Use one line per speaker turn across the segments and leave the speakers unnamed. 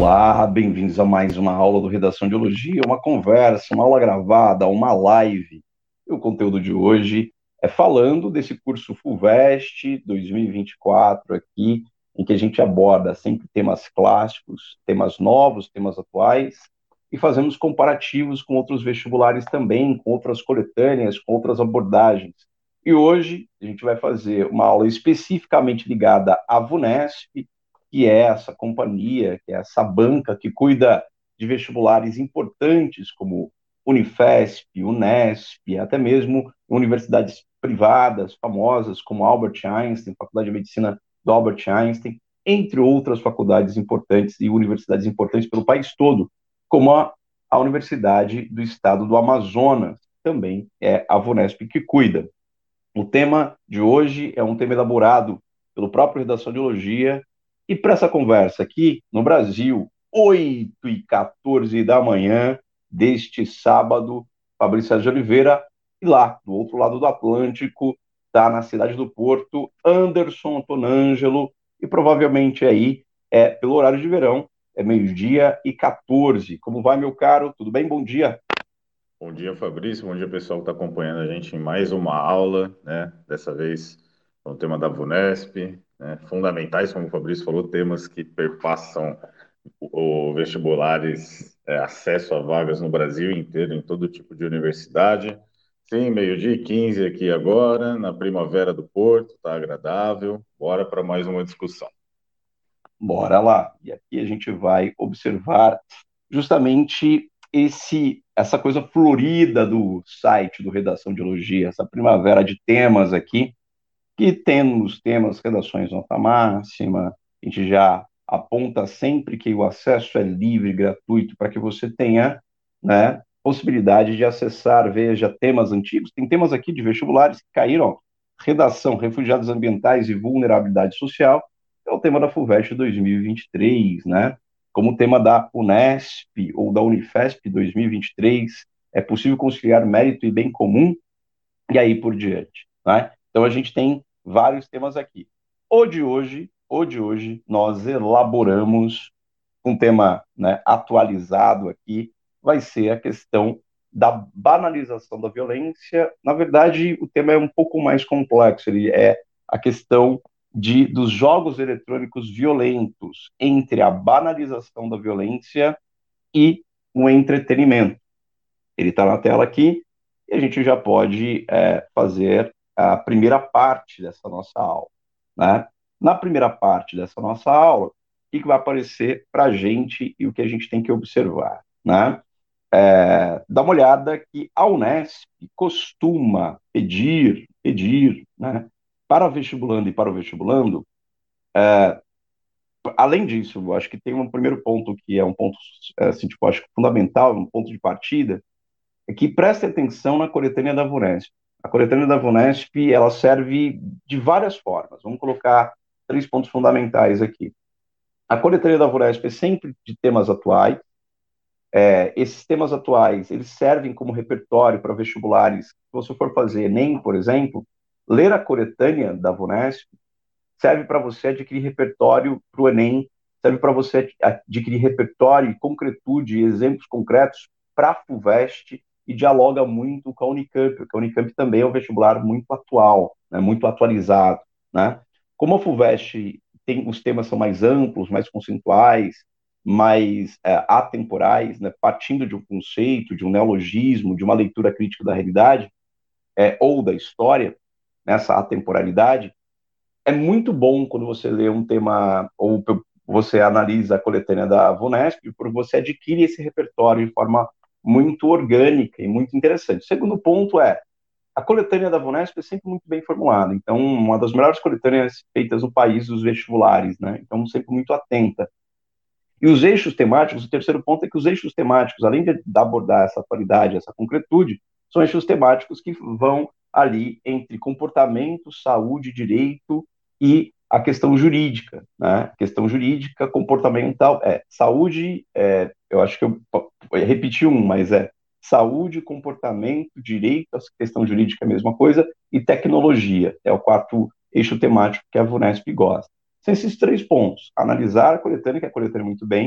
Olá, bem-vindos a mais uma aula do Redação de Biologia, uma conversa, uma aula gravada, uma live. E o conteúdo de hoje é falando desse curso FUVEST 2024 aqui, em que a gente aborda sempre temas clássicos, temas novos, temas atuais, e fazemos comparativos com outros vestibulares também, com outras coletâneas, com outras abordagens. E hoje a gente vai fazer uma aula especificamente ligada à VUNESP, que é essa companhia, que é essa banca que cuida de vestibulares importantes como Unifesp, Unesp, até mesmo universidades privadas famosas como Albert Einstein, Faculdade de Medicina do Albert Einstein, entre outras faculdades importantes e universidades importantes pelo país todo, como a Universidade do Estado do Amazonas, também é a VUNESP que cuida. O tema de hoje é um tema elaborado pelo próprio Redação de Biologia, e para essa conversa aqui, no Brasil, 8h14 da manhã deste sábado, Fabrício Sérgio de Oliveira, e lá, do outro lado do Atlântico, está na cidade do Porto, Anderson Antonângelo, e provavelmente aí, pelo horário de verão, é 12h14. Como vai, meu caro? Tudo bem? Bom dia.
Bom dia, Fabrício. Bom dia, pessoal que está acompanhando a gente em mais uma aula, né? Dessa vez com o tema da VUNESP, né? Fundamentais, como o Fabrício falou, temas que perpassam o vestibulares, acesso a vagas no Brasil inteiro, em todo tipo de universidade. Sim, 12h15 aqui agora, na Primavera do Porto, tá agradável. Bora para mais uma discussão.
Bora lá. E aqui a gente vai observar justamente essa coisa florida do site do Redação de Biologia, essa primavera de temas aqui, que temos temas redações nota máxima, a gente já aponta sempre que o acesso é livre, gratuito, para que você tenha, né, possibilidade de acessar, veja, temas antigos. Tem temas aqui de vestibulares que caíram, ó, redação, refugiados ambientais e vulnerabilidade social, é o tema da FUVEST 2023, né? Como o tema da Unesp ou da Unifesp 2023, é possível conciliar mérito e bem comum, e aí por diante, né? Então a gente tem vários temas aqui. O de hoje, nós elaboramos um tema, né, atualizado aqui, vai ser a questão da banalização da violência. Na verdade, o tema é um pouco mais complexo, ele é a questão dos jogos eletrônicos violentos, entre a banalização da violência e o entretenimento. Ele está na tela aqui, e a gente já pode fazer a primeira parte dessa nossa aula, né? Na primeira parte dessa nossa aula, o que vai aparecer para a gente e o que a gente tem que observar, né? Dá uma olhada que a Unesp costuma pedir, né, para vestibulando e para o vestibulando. Além disso, eu acho que tem um primeiro ponto que é um ponto, assim, tipo, acho que fundamental, um ponto de partida, é que preste atenção na coletânea da VUNESP. A coletânea da VUNESP, ela serve de várias formas. Vamos colocar três pontos fundamentais aqui. A coletânea da VUNESP é sempre de temas atuais. Esses temas atuais, eles servem como repertório para vestibulares. Se você for fazer Enem, por exemplo, ler a coletânea da VUNESP serve para você adquirir repertório para o Enem, serve para você adquirir repertório e concretude, exemplos concretos para a FUVEST, e dialoga muito com a Unicamp, porque a Unicamp também é um vestibular muito atual, né, muito atualizado, né? Como a FUVEST os temas são mais amplos, mais conceituais, mais atemporais, né, partindo de um conceito, de um neologismo, de uma leitura crítica da realidade, ou da história, nessa atemporalidade, é muito bom quando você lê um tema ou você analisa a coletânea da VUNESP, porque você adquire esse repertório de forma muito orgânica e muito interessante. O segundo ponto é, a coletânea da VUNESP é sempre muito bem formulada, então uma das melhores coletâneas feitas no país dos vestibulares, né? Então sempre muito atenta. E os eixos temáticos, o terceiro ponto é que os eixos temáticos, além de abordar essa qualidade, essa concretude, são eixos temáticos que vão ali entre comportamento, saúde, direito e a questão jurídica, né? Questão jurídica, comportamental, saúde, eu acho que eu repeti mas saúde, comportamento, direito, a questão jurídica é a mesma coisa, e tecnologia, é o quarto eixo temático que a VUNESP gosta. São esses três pontos: analisar a coletânea, que é a coletânea muito bem,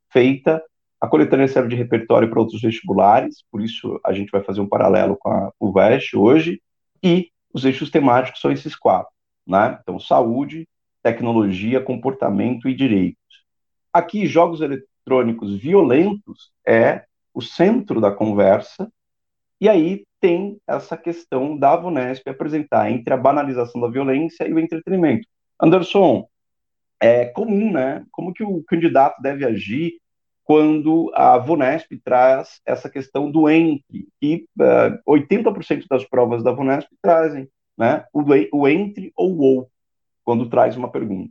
feita. A coletânea serve de repertório para outros vestibulares, por isso a gente vai fazer um paralelo com a FUVEST hoje, e os eixos temáticos são esses quatro, né? Então, saúde, tecnologia, comportamento e direitos. Aqui, jogos eletrônicos violentos é o centro da conversa, e aí tem essa questão da VUNESP apresentar entre a banalização da violência e o entretenimento. Anderson, é comum, né? Como que o candidato deve agir quando a VUNESP traz essa questão do entre, e 80% das provas da VUNESP trazem, né? O entre ou o ou, quando traz uma pergunta.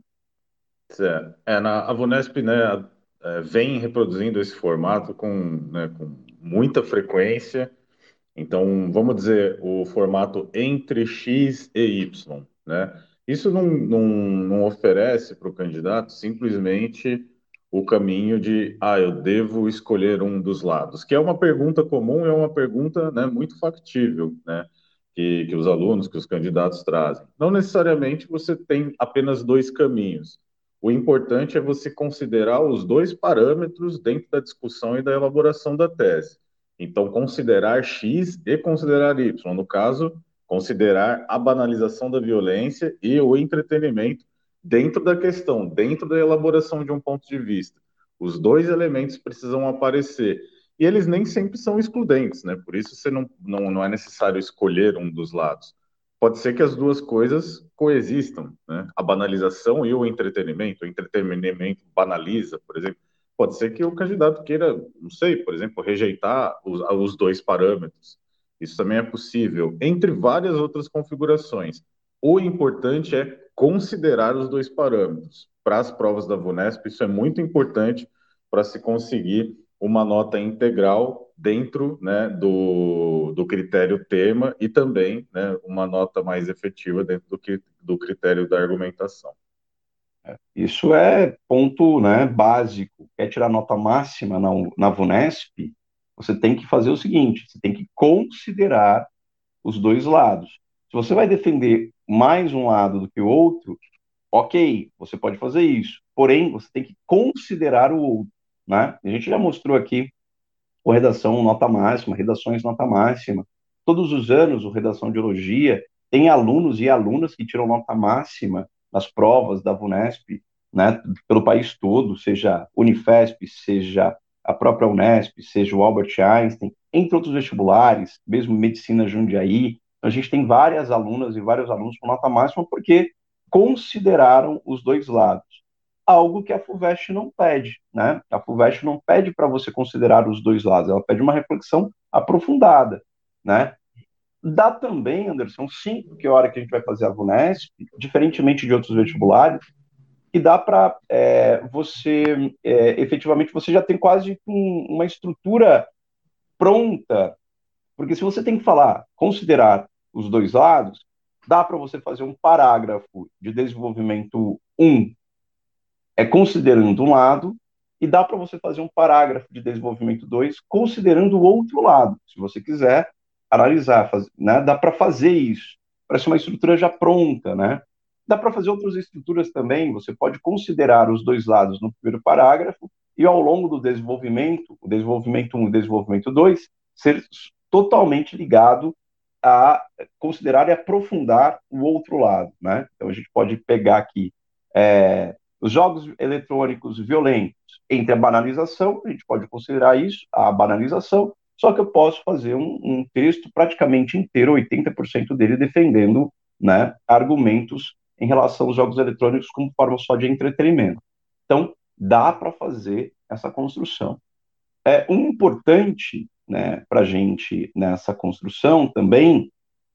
A VUNESP, né, vem reproduzindo esse formato com muita frequência. Então, vamos dizer, o formato entre X e Y, né? Isso não oferece para o candidato simplesmente o caminho de, eu devo escolher um dos lados, que é uma pergunta comum e é uma pergunta, né, muito factível, né? Que os alunos, que os candidatos trazem. Não necessariamente você tem apenas dois caminhos. O importante é você considerar os dois parâmetros dentro da discussão e da elaboração da tese. Então, considerar X e considerar Y. No caso, considerar a banalização da violência e o entretenimento dentro da questão, dentro da elaboração de um ponto de vista. Os dois elementos precisam aparecer. E eles nem sempre são excludentes, né? Por isso você não é necessário escolher um dos lados. Pode ser que as duas coisas coexistam, né? A banalização e o entretenimento. O entretenimento banaliza, por exemplo. Pode ser que o candidato queira, não sei, por exemplo, rejeitar os dois parâmetros. Isso também é possível, entre várias outras configurações. O importante é considerar os dois parâmetros. Para as provas da VUNESP, isso é muito importante para se conseguir uma nota integral dentro, né, do critério tema e também, né, uma nota mais efetiva dentro do critério da argumentação.
Isso é ponto, né, básico. Quer tirar nota máxima na VUNESP, você tem que fazer o seguinte, você tem que considerar os dois lados. Se você vai defender mais um lado do que o outro, ok, você pode fazer isso. Porém, você tem que considerar o outro, né? A gente já mostrou aqui o redação nota máxima, redações nota máxima. Todos os anos, o redação de biologia tem alunos e alunas que tiram nota máxima nas provas da VUNESP, né, pelo país todo, seja Unifesp, seja a própria Unesp, seja o Albert Einstein, entre outros vestibulares, mesmo medicina Jundiaí. A gente tem várias alunas e vários alunos com nota máxima porque consideraram os dois lados, algo que a FUVEST não pede, né? A FUVEST não pede para você considerar os dois lados, ela pede uma reflexão aprofundada, né? Dá também, Anderson, sim, porque a hora que a gente vai fazer a VUNESP, diferentemente de outros vestibulares, que dá para você, efetivamente, você já tem quase uma estrutura pronta, porque se você tem que falar, considerar os dois lados, dá para você fazer um parágrafo de desenvolvimento um considerando um lado, e dá para você fazer um parágrafo de desenvolvimento 2 considerando o outro lado, se você quiser analisar, né? Dá para fazer isso, parece uma estrutura já pronta, né? Dá para fazer outras estruturas também, você pode considerar os dois lados no primeiro parágrafo, e ao longo do desenvolvimento, o desenvolvimento 1 e o desenvolvimento 2, ser totalmente ligado a considerar e aprofundar o outro lado, né? Então a gente pode pegar aqui os jogos eletrônicos violentos, entre a banalização, a gente pode considerar isso, a banalização, só que eu posso fazer um texto praticamente inteiro, 80% dele, defendendo, né, argumentos em relação aos jogos eletrônicos como forma só de entretenimento. Então, dá para fazer essa construção. Um importante, né, para a gente nessa construção também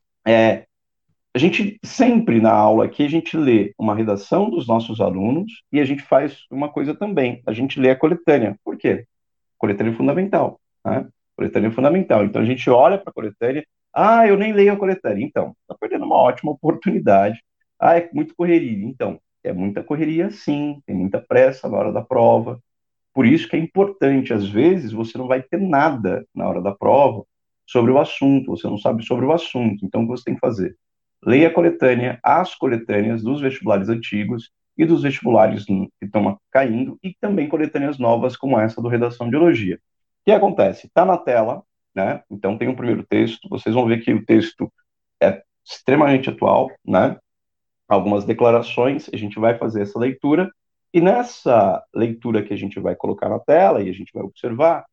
a gente sempre na aula aqui, a gente lê uma redação dos nossos alunos e a gente faz uma coisa também, a gente lê a coletânea. Por quê? Coletânea é fundamental, né? Coletânea é fundamental. Então a gente olha para a coletânea, eu nem leio a coletânea. Então, está perdendo uma ótima oportunidade. É muito correria. Então, é muita correria sim, tem muita pressa na hora da prova. Por isso que é importante, às vezes, você não vai ter nada na hora da prova sobre o assunto, você não sabe sobre o assunto. Então, o que você tem que fazer? Leia a coletânea, as coletâneas dos vestibulares antigos, e dos vestibulares que estão caindo, e também coletâneas novas como essa do Redação de Biologia. O que acontece? Está na tela, né? Então tem um primeiro texto, vocês vão ver que o texto é extremamente atual, né? Algumas declarações, a gente vai fazer essa leitura, e nessa leitura que a gente vai colocar na tela e a gente vai observar,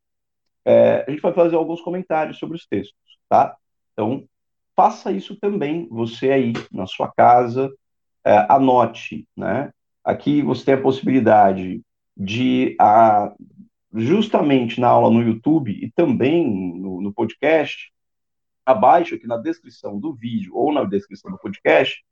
a gente vai fazer alguns comentários sobre os textos, tá? Então, faça isso também, você aí na sua casa, anote, né? Aqui você tem a possibilidade de, justamente na aula no YouTube e também no podcast, abaixo aqui na descrição do vídeo ou na descrição do podcast,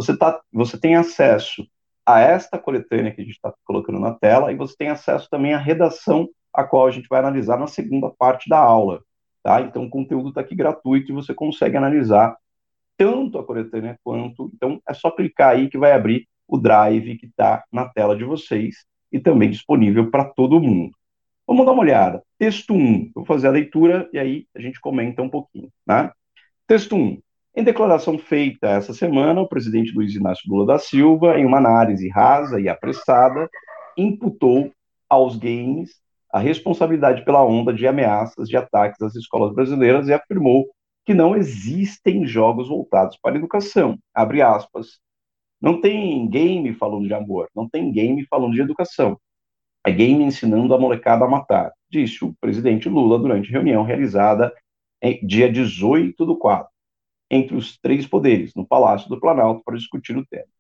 você tem acesso a esta coletânea que a gente está colocando na tela e você tem acesso também à redação a qual a gente vai analisar na segunda parte da aula, tá? Então o conteúdo está aqui gratuito e você consegue analisar tanto a coletânea quanto. Então é só clicar aí que vai abrir o Drive que está na tela de vocês e também disponível para todo mundo. Vamos dar uma olhada. Texto 1, vou fazer a leitura e aí a gente comenta um pouquinho, né? Texto 1. Em declaração feita essa semana, o presidente Luiz Inácio Lula da Silva, em uma análise rasa e apressada, imputou aos games a responsabilidade pela onda de ameaças de ataques às escolas brasileiras e afirmou que não existem jogos voltados para a educação. Abre aspas. Não tem game falando de amor, não tem game falando de educação. É game ensinando a molecada a matar, disse o presidente Lula durante reunião realizada em dia 18 do 4 entre os três poderes, no Palácio do Planalto, para discutir o tema.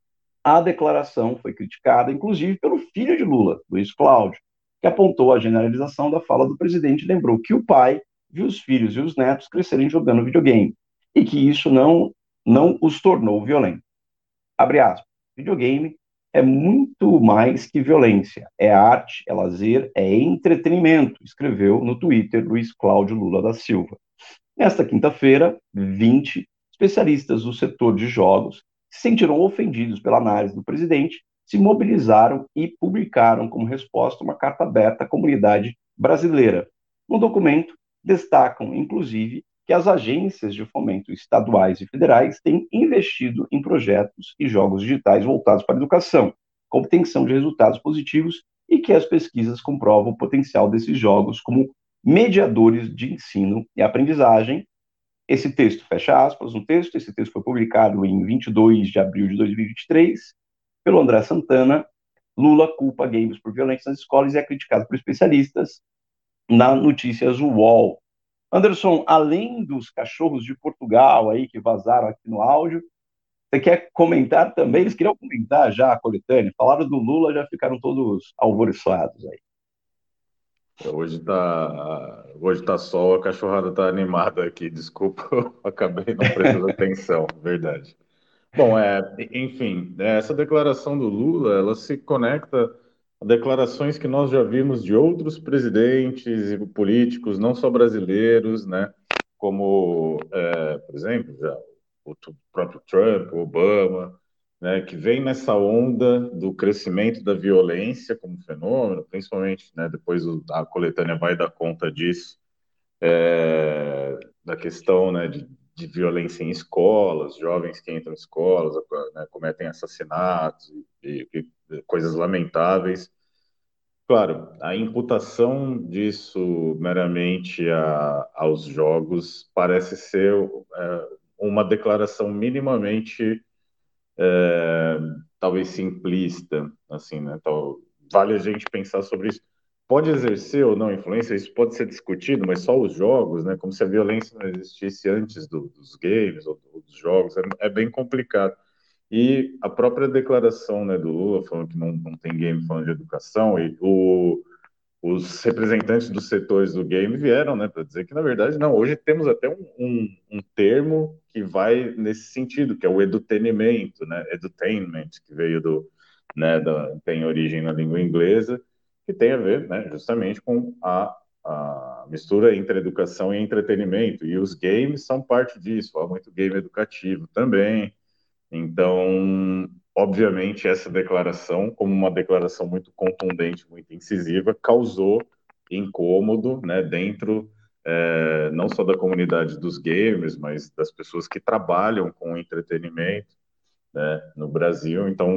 A declaração foi criticada, inclusive, pelo filho de Lula, Luiz Cláudio, que apontou a generalização da fala do presidente e lembrou que o pai viu os filhos e os netos crescerem jogando videogame e que isso não os tornou violentos. Abre aspas. Videogame é muito mais que violência. É arte, é lazer, é entretenimento, escreveu no Twitter Luiz Cláudio Lula da Silva. Nesta quinta-feira, 20 especialistas do setor de jogos se sentiram ofendidos pela análise do presidente, se mobilizaram e publicaram como resposta uma carta aberta à comunidade brasileira. No documento, destacam, inclusive, que as agências de fomento estaduais e federais têm investido em projetos e jogos digitais voltados para a educação, com obtenção de resultados positivos e que as pesquisas comprovam o potencial desses jogos como mediadores de ensino e aprendizagem. Esse texto, fecha aspas, um texto, esse texto foi publicado em 22 de abril de 2023, pelo André Santana. Lula culpa games por violência nas escolas e é criticado por especialistas na Notícias UOL. Anderson, além dos cachorros de Portugal aí que vazaram aqui no áudio, você quer comentar também? Eles queriam comentar já a coletânea, falaram do Lula, já ficaram todos alvoroçados aí.
Hoje tá sol, a cachorrada tá animada aqui. Desculpa, eu acabei não prestando atenção, verdade. Bom, enfim, essa declaração do Lula, ela se conecta a declarações que nós já vimos de outros presidentes e políticos, não só brasileiros, né? Como, por exemplo, já o próprio Trump, o Obama, né? Que vem nessa onda do crescimento da violência como fenômeno, principalmente, né? Depois a coletânea vai dar conta disso, da questão, né, de violência em escolas, jovens que entram em escolas, né, cometem assassinatos e coisas lamentáveis. Claro, a imputação disso meramente aos jogos parece ser uma declaração minimamente, talvez simplista, assim, né? Então, vale a gente pensar sobre isso. Pode exercer ou não influência, isso pode ser discutido, mas só os jogos, né? Como se a violência não existisse antes dos games ou dos jogos, é bem complicado. E a própria declaração, né, do Lula, falando que não tem game falando de educação, e os representantes dos setores do game vieram, né, para dizer que, na verdade, não, hoje temos até um termo que vai nesse sentido, que é o edutainment, né, edutainment, que veio né, tem origem na língua inglesa, que tem a ver, né, justamente com a mistura entre educação e entretenimento, e os games são parte disso, há muito game educativo também. Então, obviamente, essa declaração, como uma declaração muito contundente, muito incisiva, causou incômodo, né, dentro, não só da comunidade dos gamers, mas das pessoas que trabalham com entretenimento, né, no Brasil. Então,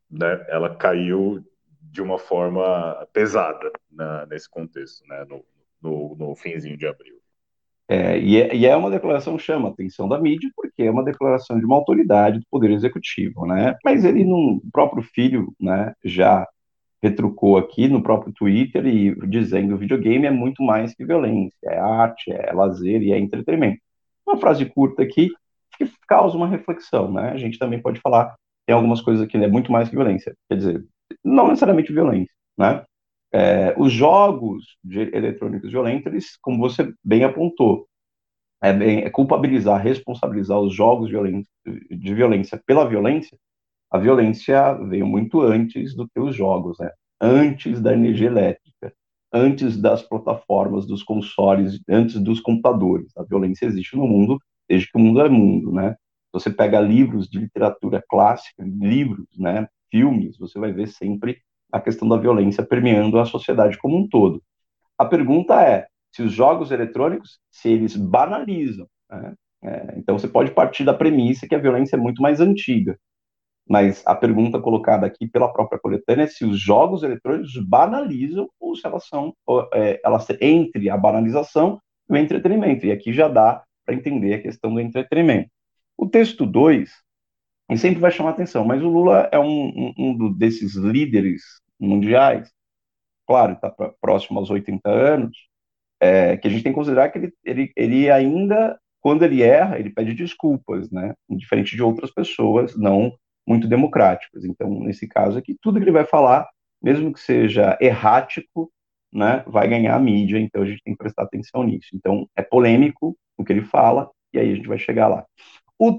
né, ela caiu de uma forma pesada nesse contexto, né, no finzinho de abril.
E é uma declaração que chama a atenção da mídia, porque é uma declaração de uma autoridade do Poder Executivo, né? Mas ele, o próprio filho, né, já retrucou aqui no próprio Twitter e dizendo que o videogame é muito mais que violência, é arte, é lazer e é entretenimento. Uma frase curta aqui que causa uma reflexão, né? A gente também pode falar, tem algumas coisas aqui, é muito mais que violência, quer dizer, não necessariamente violência, né? Os jogos eletrônicos violentos, eles, como você bem apontou, culpabilizar, responsabilizar os jogos de violência pela violência. A violência veio muito antes do que os jogos, né? Antes da energia elétrica, antes das plataformas, dos consoles, antes dos computadores. A violência existe no mundo desde que o mundo é mundo, né? Você pega livros de literatura clássica, livros, né, filmes, você vai ver sempre a questão da violência permeando a sociedade como um todo. A pergunta é se os jogos eletrônicos, se eles banalizam, né? Então você pode partir da premissa que a violência é muito mais antiga, mas a pergunta colocada aqui pela própria coletânea é se os jogos eletrônicos banalizam ou se elas são elas entre a banalização e o entretenimento. E aqui já dá para entender a questão do entretenimento. O texto 2 e sempre vai chamar atenção, mas o Lula é desses líderes mundiais, claro, está próximo aos 80 anos, que a gente tem que considerar que ele ainda, quando ele erra, ele pede desculpas, né? Diferente de outras pessoas não muito democráticas. Então, nesse caso aqui, tudo que ele vai falar, mesmo que seja errático, né, vai ganhar a mídia, então a gente tem que prestar atenção nisso. Então, é polêmico o que ele fala, e aí a gente vai chegar lá. O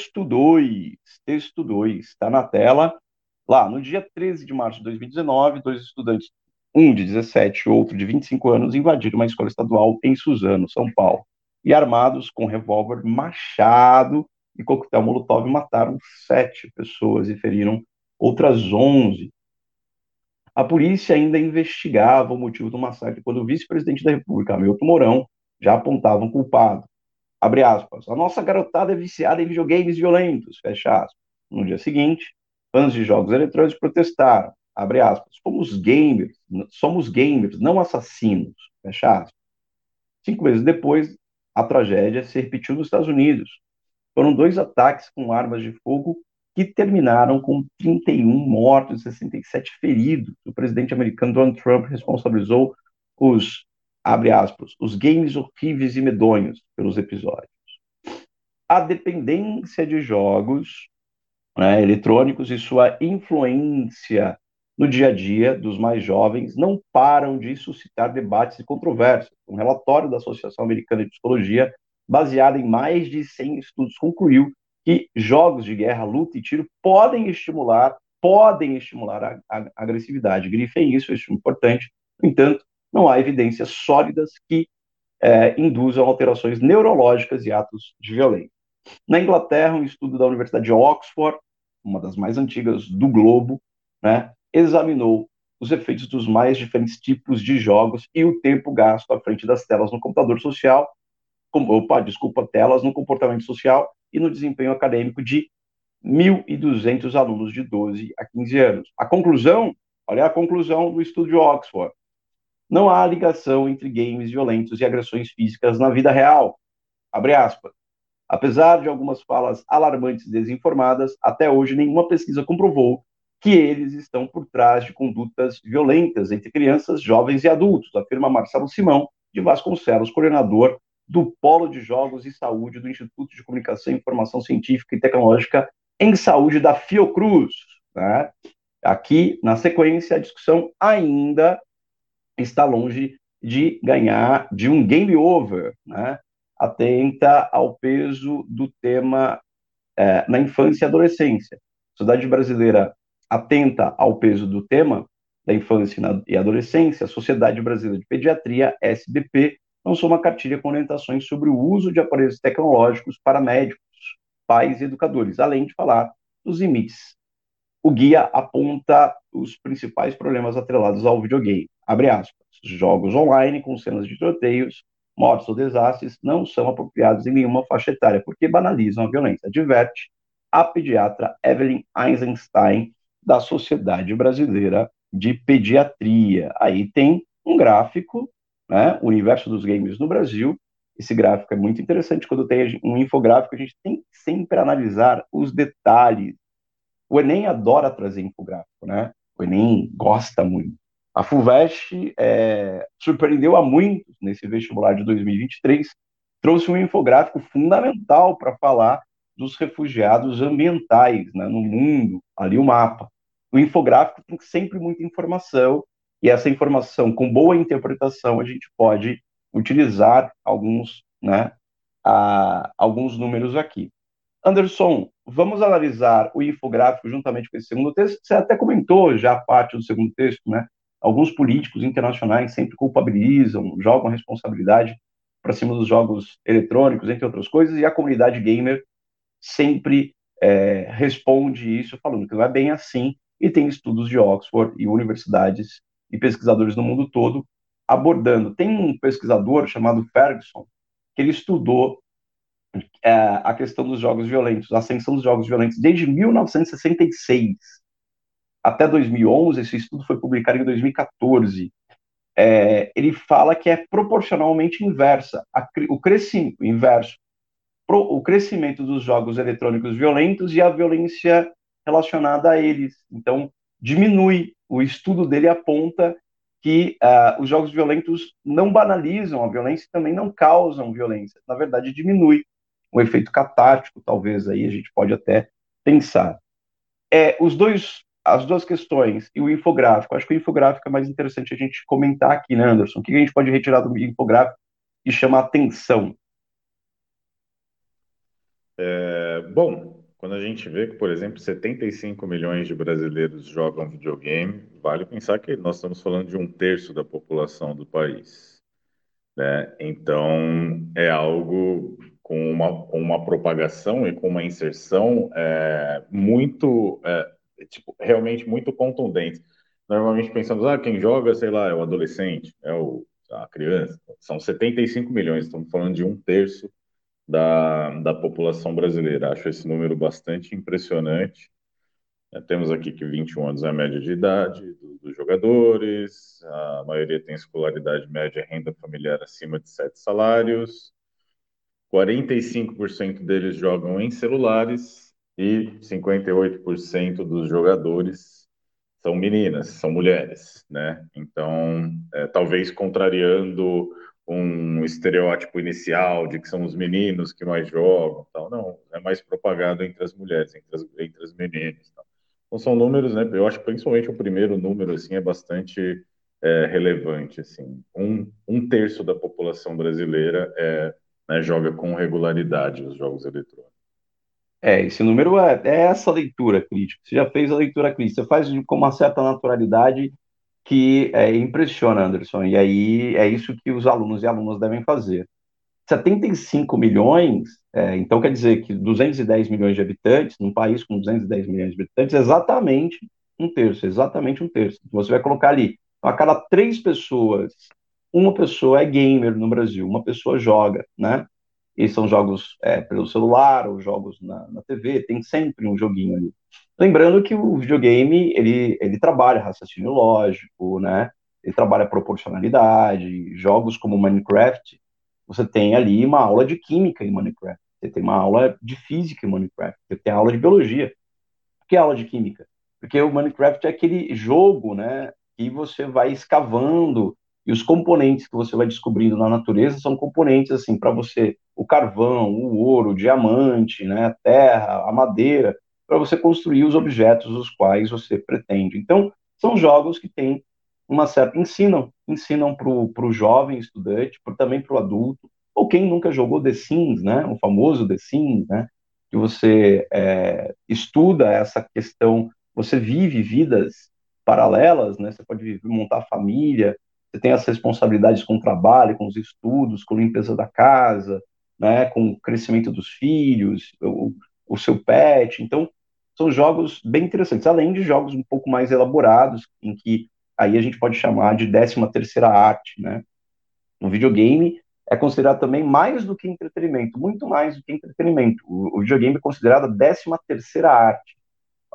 texto 2 está na tela. Lá, no dia 13 de março de 2019, dois estudantes, um de 17 e outro de 25 anos, invadiram uma escola estadual em Suzano, São Paulo, e armados com revólver, machado e coquetel Molotov mataram 7 pessoas e feriram outras 11. A polícia ainda investigava o motivo do massacre quando o vice-presidente da República, Hamilton Mourão, já apontava um culpado. Abre aspas. A nossa garotada é viciada em videogames violentos, fecha aspas. No dia seguinte, fãs de jogos eletrônicos protestaram, abre aspas. Somos gamers, não assassinos, fecha aspas. 5 meses depois, a tragédia se repetiu nos Estados Unidos. Foram 2 ataques com armas de fogo que terminaram com 31 mortos e 67 feridos. O presidente americano Donald Trump responsabilizou abre aspas, os games horríveis e medonhos pelos episódios. A dependência de jogos, né, eletrônicos e sua influência no dia a dia dos mais jovens não param de suscitar debates e controvérsias. Um relatório da Associação Americana de Psicologia, baseado em mais de 100 estudos, concluiu que jogos de guerra, luta e tiro podem estimular a agressividade. Grifem isso é importante. No entanto, não há evidências sólidas que induzam alterações neurológicas e atos de violência. Na Inglaterra, um estudo da Universidade de Oxford, uma das mais antigas do globo, né, examinou os efeitos dos mais diferentes tipos de jogos e o tempo gasto à frente das telas no computador social, telas no comportamento social e no desempenho acadêmico de 1.200 alunos de 12 a 15 anos. A conclusão, olha a conclusão do estudo de Oxford, não há ligação entre games violentos e agressões físicas na vida real. Abre aspas. Apesar de algumas falas alarmantes e desinformadas, até hoje nenhuma pesquisa comprovou que eles estão por trás de condutas violentas entre crianças, jovens e adultos, afirma Marcelo Simão de Vasconcelos, coordenador do Polo de Jogos e Saúde do Instituto de Comunicação, Informação Científica e Tecnológica em Saúde da Fiocruz. Né? Aqui, na sequência, a discussão ainda está longe de ganhar de um game over, né? Atenta ao peso do tema na infância e adolescência. A sociedade brasileira atenta ao peso do tema da infância e adolescência. A Sociedade Brasileira de Pediatria, SBP, lançou uma cartilha com orientações sobre o uso de aparelhos tecnológicos para médicos, pais e educadores, além de falar dos limites. O guia aponta os principais problemas atrelados ao videogame. Abre aspas. Jogos online com cenas de tiroteios, mortes ou desastres não são apropriados em nenhuma faixa etária, porque banalizam a violência. Adverte a pediatra Evelyn Eisenstein, da Sociedade Brasileira de Pediatria. Aí tem um gráfico, né, o universo dos games no Brasil. Esse gráfico é muito interessante. Quando tem um infográfico, a gente tem que sempre analisar os detalhes. O Enem adora trazer infográfico, né? O Enem gosta muito. A FUVEST surpreendeu a muitos nesse vestibular de 2023, trouxe um infográfico fundamental para falar dos refugiados ambientais, né, no mundo, ali o mapa. O infográfico tem sempre muita informação, e essa informação, com boa interpretação, a gente pode utilizar alguns, né, alguns números aqui. Anderson, vamos analisar o infográfico juntamente com esse segundo texto. Você até comentou já a parte do segundo texto, né? Alguns políticos internacionais sempre culpabilizam, jogam a responsabilidade para cima dos jogos eletrônicos, entre outras coisas, e a comunidade gamer sempre responde isso falando que não é bem assim, e tem estudos de Oxford e universidades e pesquisadores no mundo todo abordando. Tem um pesquisador chamado Ferguson, que ele estudou a questão dos jogos violentos, a ascensão dos jogos violentos desde 1966 até 2011. Esse estudo foi publicado em 2014. Ele fala que é proporcionalmente inversa, o crescimento inverso, o crescimento dos jogos eletrônicos violentos e a violência relacionada a eles. Então, diminui. O estudo dele aponta que os jogos violentos não banalizam a violência e também não causam violência. Na verdade, diminui um efeito catártico, talvez aí a gente pode até pensar. As duas questões e o infográfico. Acho que o infográfico é mais interessante a gente comentar aqui, né, Anderson? O que a gente pode retirar do infográfico e chamar atenção?
Bom, quando a gente vê que, por exemplo, 75 milhões de brasileiros jogam videogame, vale pensar que nós estamos falando de um terço da população do país, né? Então, é algo com uma propagação e com uma inserção muito, realmente muito contundente. Normalmente pensamos, quem joga, sei lá, é o adolescente, a criança. São 75 milhões, estamos falando de um terço da população brasileira. Acho esse número bastante impressionante. Temos aqui que 21 anos é a média de idade dos jogadores, a maioria tem escolaridade média e renda familiar acima de 7 salários, 45% deles jogam em celulares e 58% dos jogadores são meninas, são mulheres, né? Então, talvez contrariando um estereótipo inicial de que são os meninos que mais jogam, tal. Não, é mais propagado entre as mulheres, entre as meninas. Tal. Então, são números, né? Eu acho que principalmente o primeiro número, assim, é bastante relevante, assim. Um terço da população brasileira né, joga com regularidade os jogos eletrônicos.
Esse número é essa leitura crítica. Você já fez a leitura crítica, você faz com uma certa naturalidade que impressiona, Anderson. E aí é isso que os alunos e alunas devem fazer. 75 milhões, então quer dizer que 210 milhões de habitantes, num país com 210 milhões de habitantes, é exatamente um terço. Você vai colocar ali, a cada 3 pessoas, uma pessoa é gamer no Brasil, uma pessoa joga, né? E são jogos pelo celular ou jogos na TV, tem sempre um joguinho ali. Lembrando que o videogame, ele trabalha raciocínio lógico, né? Ele trabalha proporcionalidade, jogos como Minecraft, você tem ali uma aula de química em Minecraft, você tem uma aula de física em Minecraft, você tem aula de biologia. Por que aula de química? Porque o Minecraft é aquele jogo, né, que você vai escavando e os componentes que você vai descobrindo na natureza são componentes assim para você, o carvão, o ouro, o diamante, né, a terra, a madeira, para você construir os objetos os quais você pretende. Então, são jogos que têm uma certa ensinam para o jovem estudante, também para o adulto, ou quem nunca jogou The Sims, né, o famoso The Sims, né, que você estuda essa questão, você vive vidas paralelas, né? Você pode montar família, você tem as responsabilidades com o trabalho, com os estudos, com a limpeza da casa, né? Com o crescimento dos filhos, o seu pet. Então, são jogos bem interessantes, além de jogos um pouco mais elaborados, em que aí a gente pode chamar de 13ª arte, né? No videogame é considerado também mais do que entretenimento, muito mais do que entretenimento. O videogame é considerado a 13ª arte.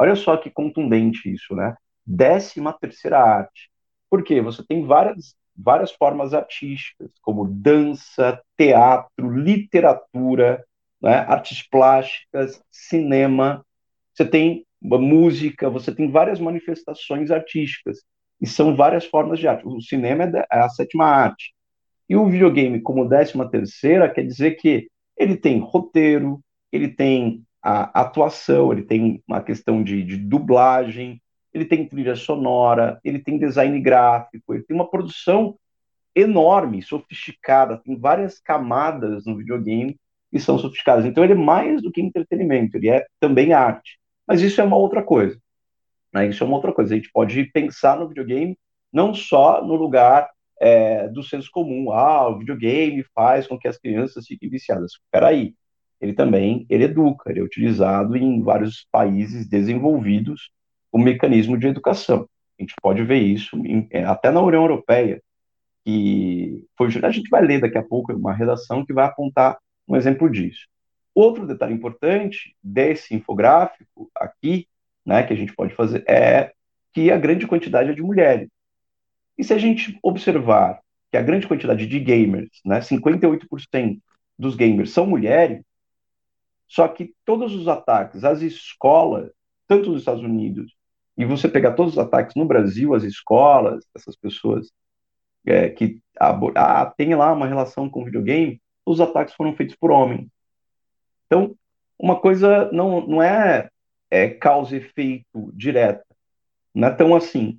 Olha só que contundente isso, né? 13ª arte. Por quê? Você tem várias formas artísticas, como dança, teatro, literatura, né? Artes plásticas, cinema. Você tem música, você tem várias manifestações artísticas. E são várias formas de arte. O cinema é a 7ª arte. E o videogame, como 13ª, quer dizer que ele tem roteiro, ele tem a atuação, ele tem uma questão de dublagem, ele tem trilha sonora, ele tem design gráfico, ele tem uma produção enorme, sofisticada, tem várias camadas no videogame que são sofisticadas. Então ele é mais do que entretenimento, ele é também arte. Mas isso é uma outra coisa, né? Isso é uma outra coisa. A gente pode pensar no videogame não só no lugar do senso comum. Ah, o videogame faz com que as crianças fiquem viciadas. Espera aí. Ele educa, ele é utilizado em vários países desenvolvidos como mecanismo de educação. A gente pode ver isso até na União Europeia, que foi, a gente vai ler daqui a pouco uma redação que vai apontar um exemplo disso. Outro detalhe importante desse infográfico aqui, né, que a gente pode fazer, é que a grande quantidade é de mulheres. E se a gente observar que a grande quantidade de gamers, né, 58% dos gamers são mulheres, só que todos os ataques às escolas, tanto nos Estados Unidos, e você pegar todos os ataques no Brasil, as escolas, essas pessoas que tem lá uma relação com videogame, os ataques foram feitos por homens. Então, uma coisa não é causa e efeito direta, não é tão assim.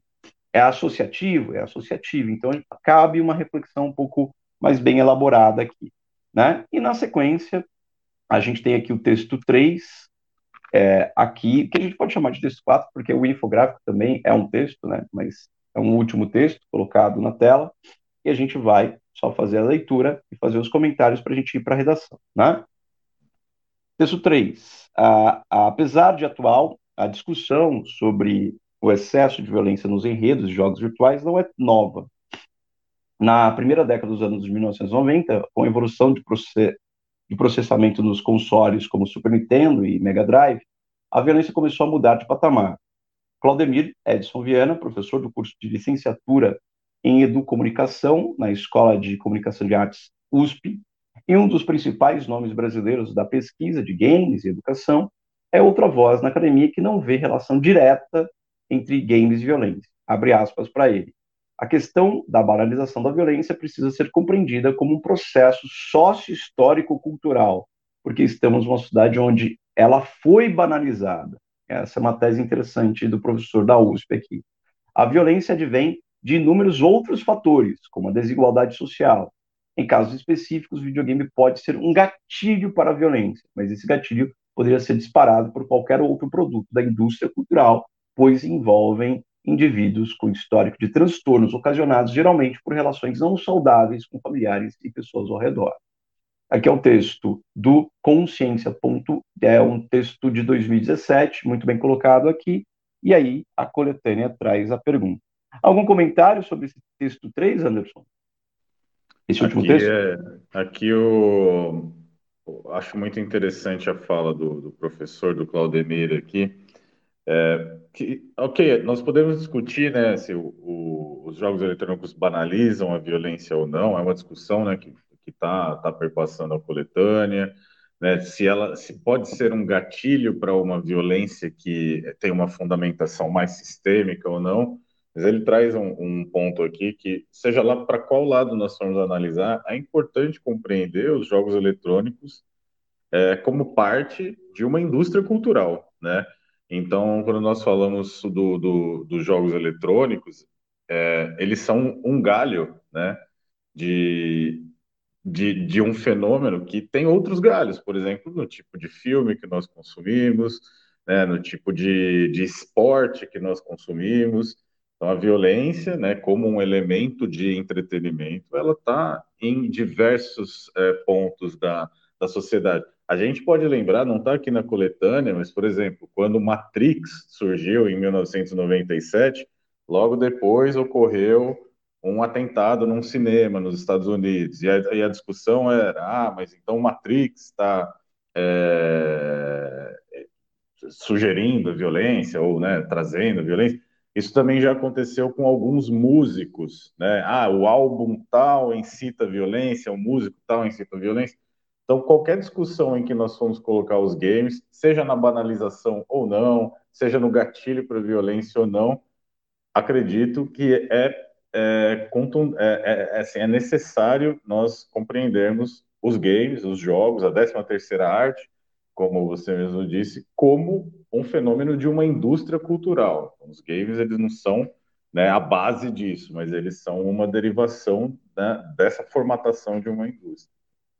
É associativo. Então, cabe uma reflexão um pouco mais bem elaborada aqui, né? E na sequência, a gente tem aqui o texto 3, aqui, que a gente pode chamar de texto 4, porque o infográfico também é um texto, né? Mas é um último texto colocado na tela, e a gente vai só fazer a leitura e fazer os comentários para a gente ir para a redação, né? Texto 3. Apesar de atual, a discussão sobre o excesso de violência nos enredos de jogos virtuais não é nova. Na primeira década dos anos 1990, com a evolução de processamento nos consoles como Super Nintendo e Mega Drive, a violência começou a mudar de patamar. Claudemir Edson Viana, professor do curso de licenciatura em Educomunicação na Escola de Comunicação de Artes USP, e um dos principais nomes brasileiros da pesquisa de games e educação, é outra voz na academia que não vê relação direta entre games e violência. Abre aspas para ele. A questão da banalização da violência precisa ser compreendida como um processo sócio-histórico-cultural, porque estamos numa sociedade onde ela foi banalizada. Essa é uma tese interessante do professor da USP aqui. A violência advém de inúmeros outros fatores, como a desigualdade social. Em casos específicos, o videogame pode ser um gatilho para a violência, mas esse gatilho poderia ser disparado por qualquer outro produto da indústria cultural, pois envolvem indivíduos com histórico de transtornos ocasionados geralmente por relações não saudáveis com familiares e pessoas ao redor. Aqui é o texto do Consciência. É um texto de 2017, muito bem colocado aqui, e aí a coletânea traz a pergunta. Algum comentário sobre esse texto 3, Anderson? Esse último
Aqui,
texto?
aqui eu acho muito interessante a fala do professor, do Claudemir aqui, ok, nós podemos discutir, né, se os jogos eletrônicos banalizam a violência ou não, é uma discussão, né, que tá perpassando a coletânea, né, se pode ser um gatilho para uma violência que tem uma fundamentação mais sistêmica ou não, mas ele traz um ponto aqui que, seja lá para qual lado nós formos analisar, é importante compreender os jogos eletrônicos como parte de uma indústria cultural, né? Então, quando nós falamos dos jogos eletrônicos, eles são um galho, né, de, de um fenômeno que tem outros galhos, por exemplo, no tipo de filme que nós consumimos, né, no tipo de esporte que nós consumimos. Então, a violência, né, como um elemento de entretenimento, ela está em diversos pontos da sociedade. A gente pode lembrar, não está aqui na coletânea, mas, por exemplo, quando Matrix surgiu em 1997, logo depois ocorreu um atentado num cinema nos Estados Unidos. E a discussão era, mas então Matrix está sugerindo a violência ou, né, trazendo a violência. Isso também já aconteceu com alguns músicos, né? Ah, o álbum tal incita a violência, o músico tal incita a violência. Então, qualquer discussão em que nós formos colocar os games, seja na banalização ou não, seja no gatilho para violência ou não, acredito que assim, é necessário nós compreendermos os games, os jogos, a 13ª arte, como você mesmo disse, como um fenômeno de uma indústria cultural. Os games, eles não são, né, a base disso, mas eles são uma derivação, né, dessa formatação de uma indústria.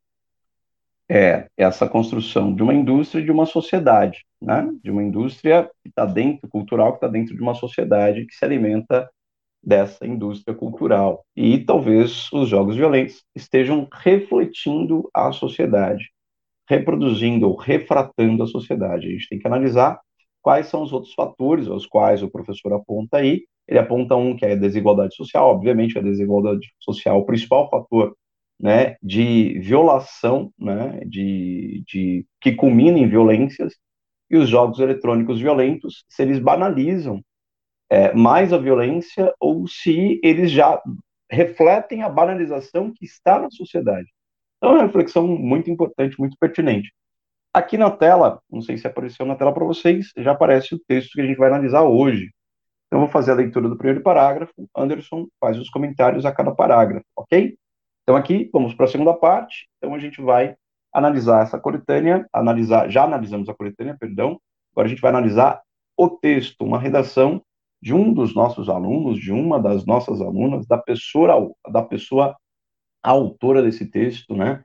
É essa construção de uma indústria e de uma sociedade, né? De uma indústria que está dentro, cultural, que está dentro de uma sociedade que se alimenta dessa indústria cultural. E talvez os jogos violentos estejam refletindo a sociedade, reproduzindo ou refratando a sociedade. A gente tem que analisar quais são os outros fatores aos quais o professor aponta aí. Ele aponta um que é a desigualdade social, obviamente a desigualdade social é o principal fator, né, de violação, né, que culmina em violências, e os jogos eletrônicos violentos, se eles banalizam mais a violência ou se eles já refletem a banalização que está na sociedade. Então é uma reflexão muito importante, muito pertinente. Aqui na tela, não sei se apareceu na tela para vocês, já aparece o texto que a gente vai analisar hoje. Então, eu vou fazer a leitura do primeiro parágrafo, Anderson faz os comentários a cada parágrafo, ok? Então, aqui, vamos para a segunda parte. Então, a gente vai analisar essa coletânea, já analisamos a coletânea, perdão, agora a gente vai analisar o texto, uma redação de um dos nossos alunos, de uma das nossas alunas, da pessoa autora desse texto, né?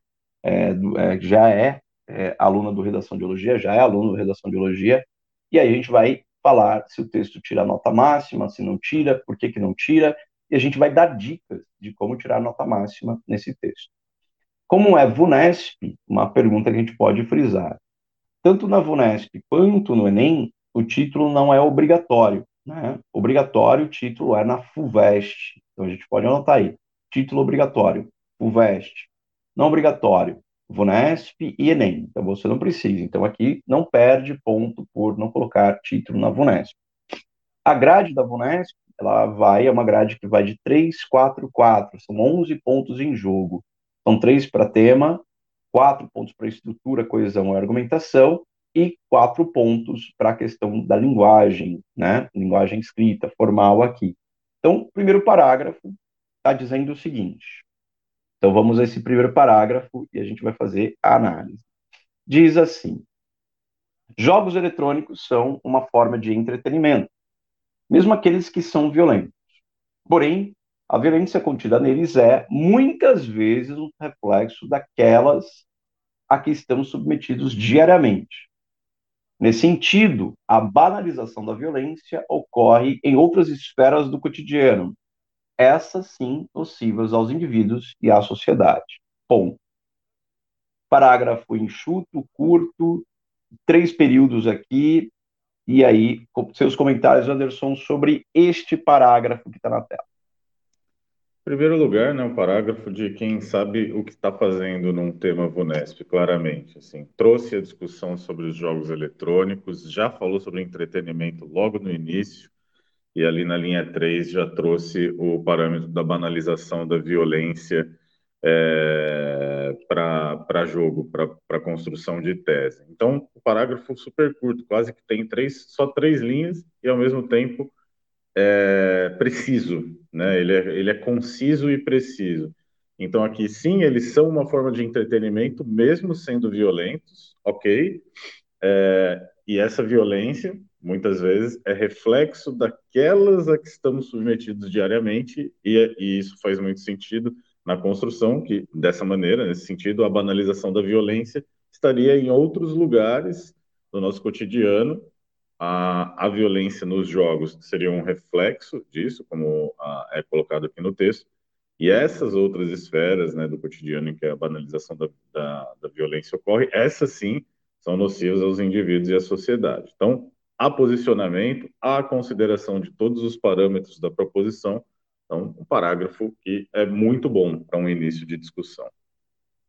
Já aluna do Redação de Biologia, já é aluno do Redação de Biologia, e aí a gente vai falar se o texto tira a nota máxima, se não tira, por que que não tira, e a gente vai dar dicas de como tirar a nota máxima nesse texto. Como é VUNESP, uma pergunta que a gente pode frisar. Tanto na VUNESP quanto no Enem, o título não é obrigatório, né? Obrigatório o título é na FUVEST. Então a gente pode anotar aí. Título obrigatório, FUVEST. Não obrigatório, VUNESP e Enem. Então você não precisa. Então aqui não perde ponto por não colocar título na VUNESP. A grade da VUNESP, é uma grade que vai de 3, 4, 4. São 11 pontos em jogo. São 3 para tema, 4 pontos para estrutura, coesão e argumentação, e 4 pontos para a questão da linguagem, né? Linguagem escrita, formal aqui. Então, o primeiro parágrafo está dizendo o seguinte. Então, vamos a esse primeiro parágrafo e a gente vai fazer a análise. Diz assim: jogos eletrônicos são uma forma de entretenimento, mesmo aqueles que são violentos. Porém, a violência contida neles é, muitas vezes, um reflexo daquelas a que estamos submetidos diariamente. Nesse sentido, a banalização da violência ocorre em outras esferas do cotidiano, essas sim nocivas aos indivíduos e à sociedade. Ponto. Parágrafo enxuto, curto, 3 períodos aqui, e aí, seus comentários, Anderson, sobre este parágrafo que está na tela.
Em primeiro lugar, né, um parágrafo de quem sabe o que está fazendo num tema VUNESP, claramente. Assim, trouxe a discussão sobre os jogos eletrônicos, já falou sobre entretenimento logo no início, e ali na linha 3 já trouxe o parâmetro da banalização da violência para jogo, para construção de tese. Então, o parágrafo super curto, quase que tem só 3 linhas, e ao mesmo tempo preciso, né? Ele é conciso e preciso. Então, aqui, sim, eles são uma forma de entretenimento, mesmo sendo violentos, ok? E essa violência, muitas vezes, é reflexo daquelas a que estamos submetidos diariamente, e isso faz muito sentido na construção, que, dessa maneira, nesse sentido, a banalização da violência estaria em outros lugares do nosso cotidiano. A violência nos jogos seria um reflexo disso, como é colocado aqui no texto, e essas outras esferas, né, do cotidiano em que a banalização da violência ocorre, essas sim são nocivas aos indivíduos e à sociedade. Então, há posicionamento, há consideração de todos os parâmetros da proposição, então, um parágrafo que é muito bom para um início de discussão.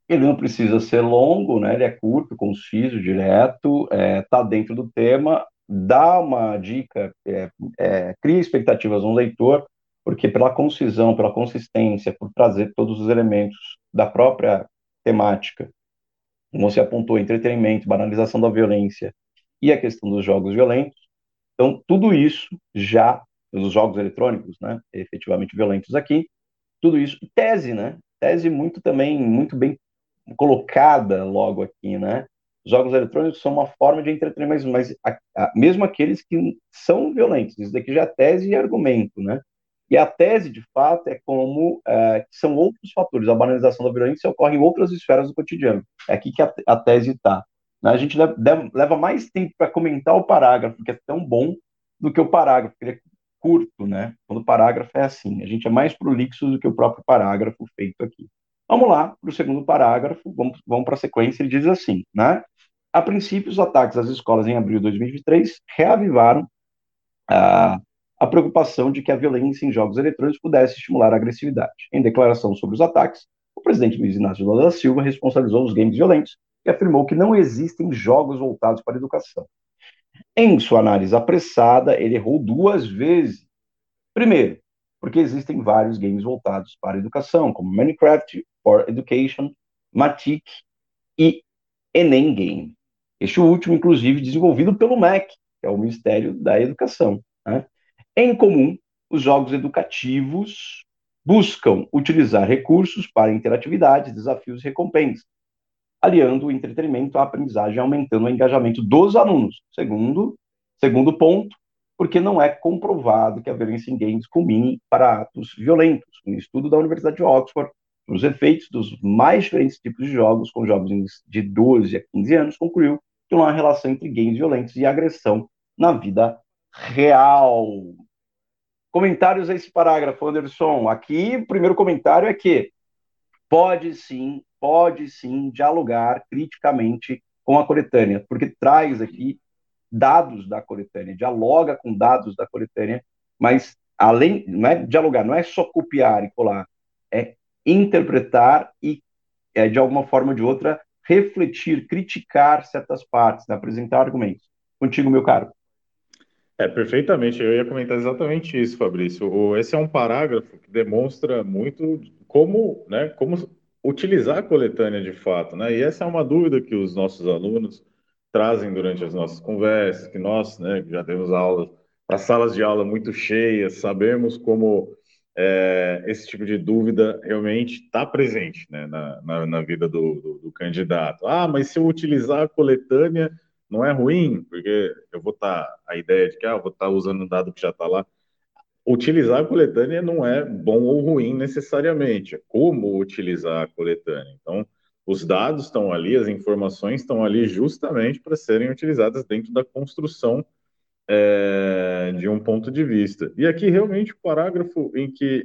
Ele não precisa ser longo, né? Ele é curto, conciso, direto, tá dentro do tema, dá uma dica, cria expectativas no leitor, porque pela concisão, pela consistência, por trazer todos os elementos da própria temática, como você apontou, entretenimento, banalização da violência e a questão dos jogos violentos. Então, tudo isso já, os jogos eletrônicos, né, efetivamente violentos aqui, tudo isso, e tese, né? Tese muito também, muito bem colocada logo aqui, né? Os jogos eletrônicos são uma forma de entretenimento, mas mesmo aqueles que são violentos, isso daqui já é tese e argumento, né? E a tese, de fato, é como são outros fatores. A banalização da violência ocorre em outras esferas do cotidiano. É aqui que a tese está. A gente leva mais tempo para comentar o parágrafo, que é tão bom, do que o parágrafo, que ele é curto, né? Quando o parágrafo é assim, a gente é mais prolixo do que o próprio parágrafo feito aqui. Vamos lá para o segundo parágrafo, vamos para a sequência, ele diz assim, né? A princípio, os ataques às escolas em abril de 2023 reavivaram a preocupação de que a violência em jogos eletrônicos pudesse estimular a agressividade. Em declaração sobre os ataques, o presidente Luiz Inácio Lula da Silva responsabilizou os games violentos e afirmou que não existem jogos voltados para a educação. Em sua análise apressada, ele errou duas vezes. Primeiro, porque existem vários games voltados para a educação, como Minecraft for Education, Matic e Enem Game. Este último, inclusive, desenvolvido pelo MEC, que é o Ministério da Educação. Né? Em comum, os jogos educativos buscam utilizar recursos para interatividade, desafios e recompensas, aliando o entretenimento à aprendizagem, aumentando o engajamento dos alunos. Segundo ponto, porque não é comprovado que a violência em games culmine para atos violentos. Um estudo da Universidade de Oxford, os efeitos dos mais diferentes tipos de jogos com jovens de 12 a 15 anos, concluiu que não há relação entre games violentos e agressão na vida real. Comentários a esse parágrafo, Anderson. Aqui, o primeiro comentário é que pode sim dialogar criticamente com a coletânea, porque traz aqui dados da coletânea, dialoga com dados da coletânea, mas além, não é dialogar, não é só copiar e colar, é interpretar e, de alguma forma ou de outra, refletir, criticar certas partes, né, apresentar argumentos. Contigo, meu caro.
Perfeitamente. Eu ia comentar exatamente isso, Fabrício. Esse é um parágrafo que demonstra muito como, né, como utilizar a coletânea de fato, né? E essa é uma dúvida que os nossos alunos trazem durante as nossas conversas, que nós, né, já temos aulas, as salas de aula muito cheias, sabemos como esse tipo de dúvida realmente está presente, né, na vida do candidato. Ah, mas se eu utilizar a coletânea não é ruim, porque eu vou estar, a ideia de que eu vou estar usando um dado que já está lá. Utilizar a coletânea não é bom ou ruim necessariamente, é como utilizar a coletânea. Então, os dados estão ali, as informações estão ali justamente para serem utilizadas dentro da construção de um ponto de vista. E aqui, realmente, o parágrafo em que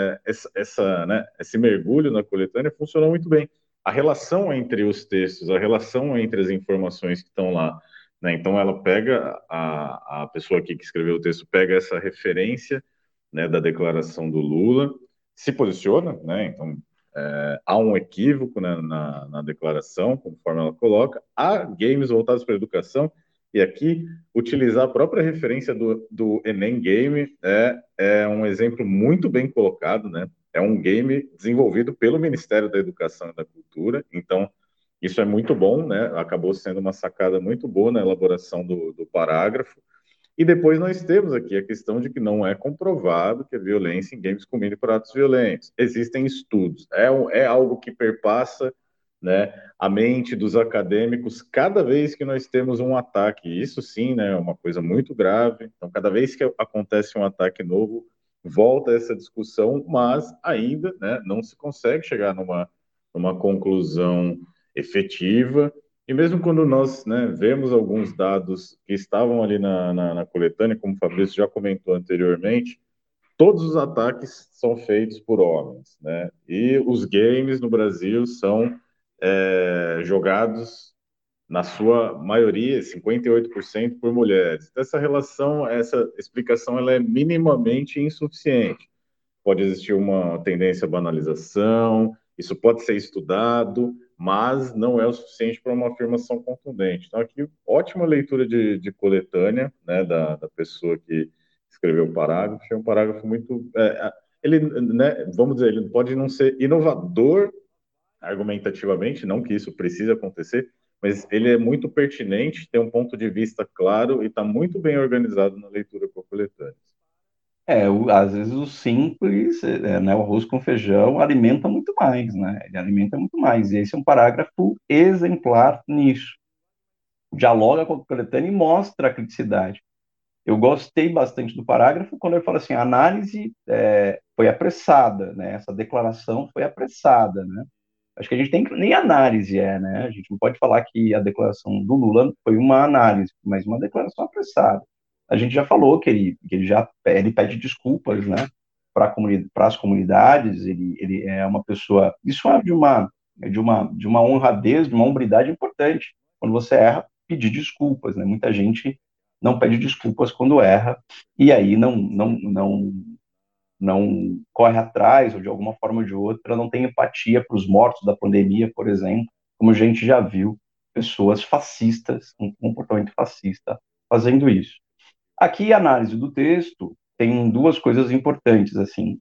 né, esse mergulho na coletânea funciona muito bem. A relação entre os textos, a relação entre as informações que estão lá, né? Então, ela pega, a pessoa aqui que escreveu o texto pega essa referência, né, da declaração do Lula, se posiciona, né? Então, há um equívoco, né, na declaração, conforme ela coloca. Há games voltados para a educação, e aqui, utilizar a própria referência do Enem Game é um exemplo muito bem colocado, né? É um game desenvolvido pelo Ministério da Educação e da Cultura, então isso é muito bom, né? Acabou sendo uma sacada muito boa na elaboração do parágrafo. E depois nós temos aqui a questão de que não é comprovado que a violência em games culmine por atos violentos. Existem estudos, é algo que perpassa, né, a mente dos acadêmicos cada vez que nós temos um ataque. Isso sim, né, é uma coisa muito grave. Então, cada vez que acontece um ataque novo, volta essa discussão, mas ainda, né, não se consegue chegar numa conclusão efetiva. E mesmo quando nós, né, vemos alguns dados que estavam ali na coletânea, como o Fabrício já comentou anteriormente, todos os ataques são feitos por homens, né? E os games no Brasil são jogados, na sua maioria, 58% por mulheres. Então, essa relação, essa explicação, ela é minimamente insuficiente. Pode existir uma tendência à banalização, isso pode ser estudado, mas não é o suficiente para uma afirmação contundente. Então, aqui, ótima leitura de coletânea, né, da pessoa que escreveu o parágrafo. É um parágrafo muito... ele, né, vamos dizer, ele pode não ser inovador argumentativamente, não que isso precise acontecer, mas ele é muito pertinente, tem um ponto de vista claro e está muito bem organizado na leitura por coletâneas.
Às vezes o simples, né, o arroz com feijão alimenta muito mais, né? Ele alimenta muito mais. E esse é um parágrafo exemplar nisso. Dialoga com a coletânea e mostra a criticidade. Eu gostei bastante do parágrafo quando ele fala assim, a análise foi apressada, né? Essa declaração foi apressada, né? Acho que a gente tem que, nem análise né? A gente não pode falar que a declaração do Lula foi uma análise, mas uma declaração apressada. A gente já falou que ele pede desculpas, né? Para as comunidades, ele é uma pessoa, isso é de uma honradez, de uma hombridade importante. Quando você erra, pedir desculpas, né? Muita gente não pede desculpas quando erra e aí não corre atrás, ou de alguma forma ou de outra, não tem empatia para os mortos da pandemia, por exemplo, como a gente já viu pessoas fascistas, um comportamento fascista, fazendo isso. Aqui, a análise do texto tem duas coisas importantes, assim.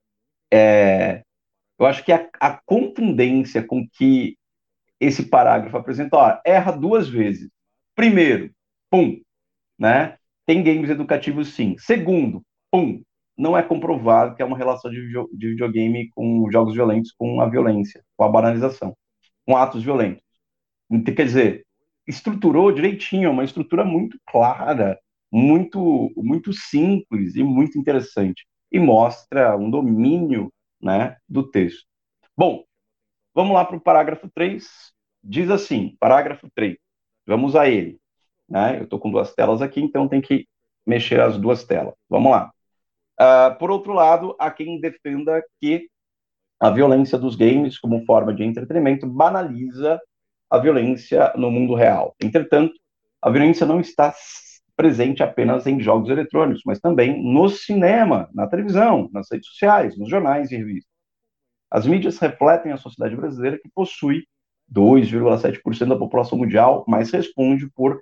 Eu acho que a contundência com que esse parágrafo apresenta, ó, erra duas vezes. Primeiro, pum, né? Tem games educativos, sim. Segundo, pum, não é comprovado que é uma relação de videogame com jogos violentos com a violência, com a banalização, com atos violentos. Então, quer dizer, estruturou direitinho, uma estrutura muito clara, muito simples e muito interessante. E mostra um domínio, né, do texto. Bom, vamos lá para o parágrafo 3. Diz assim, parágrafo 3. Vamos a ele. Né? Eu estou com duas telas aqui, então tem que mexer as duas telas. Vamos lá. Por outro lado, há quem defenda que a violência dos games, como forma de entretenimento, banaliza a violência no mundo real. Entretanto, a violência não está presente apenas em jogos eletrônicos, mas também no cinema, na televisão, nas redes sociais, nos jornais e revistas. As mídias refletem a sociedade brasileira, que possui 2,7% da população mundial, mas responde por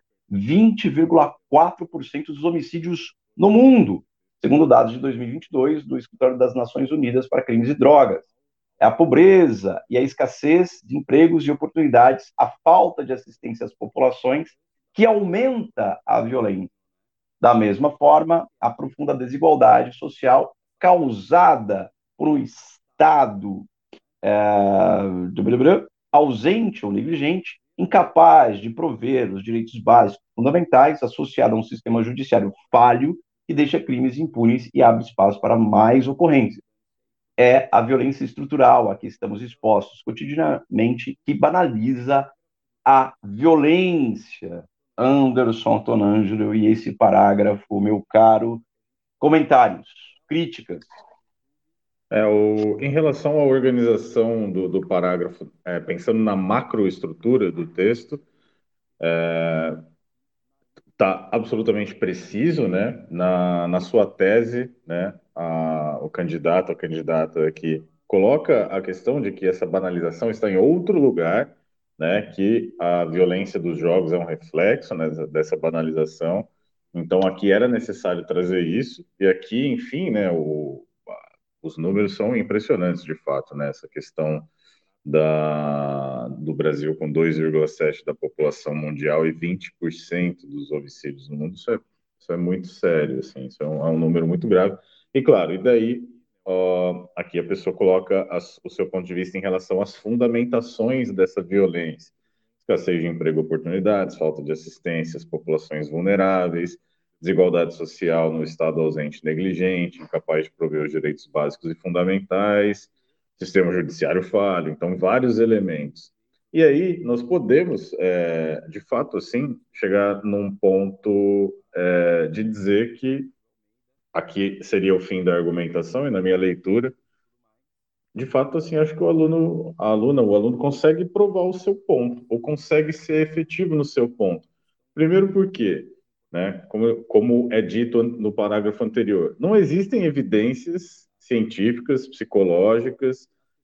20,4% dos homicídios no mundo, segundo dados de 2022 do Escritório das Nações Unidas para Crimes e Drogas. É a pobreza e a escassez de empregos e oportunidades, a falta de assistência às populações, que aumenta a violência. Da mesma forma, a profunda desigualdade social causada por um Estado ausente ou negligente, incapaz de prover os direitos básicos fundamentais, associado a um sistema judiciário falho que deixa crimes impunes e abre espaço para mais ocorrências. É a violência estrutural a que estamos expostos cotidianamente, que banaliza a violência. Anderson Tonângelo, e esse parágrafo, meu caro, comentários, críticas.
Em relação à organização do parágrafo, pensando na macroestrutura do texto, está absolutamente preciso, né? Na sua tese, né? O candidato, a candidata aqui coloca a questão de que essa banalização está em outro lugar, né? Que a violência dos jogos é um reflexo, né, dessa banalização. Então aqui era necessário trazer isso e aqui, enfim, né? Os números são impressionantes, de fato, né? Essa questão do Brasil com 2,7% da população mundial e 20% dos homicídios no mundo, isso é muito sério, assim, isso é um número muito grave. E claro, e daí aqui a pessoa coloca o seu ponto de vista em relação às fundamentações dessa violência. Escassez de emprego e oportunidades, falta de assistência às populações vulneráveis, desigualdade social no Estado ausente e negligente, incapaz de prover os direitos básicos e fundamentais, sistema judiciário falho, então vários elementos. E aí nós podemos, de fato, assim, chegar num ponto de dizer que aqui seria o fim da argumentação, e na minha leitura, de fato, assim, acho que o aluno consegue provar o seu ponto, ou consegue ser efetivo no seu ponto. Primeiro porque, né, como é dito no parágrafo anterior, não existem evidências científicas, psicológicas,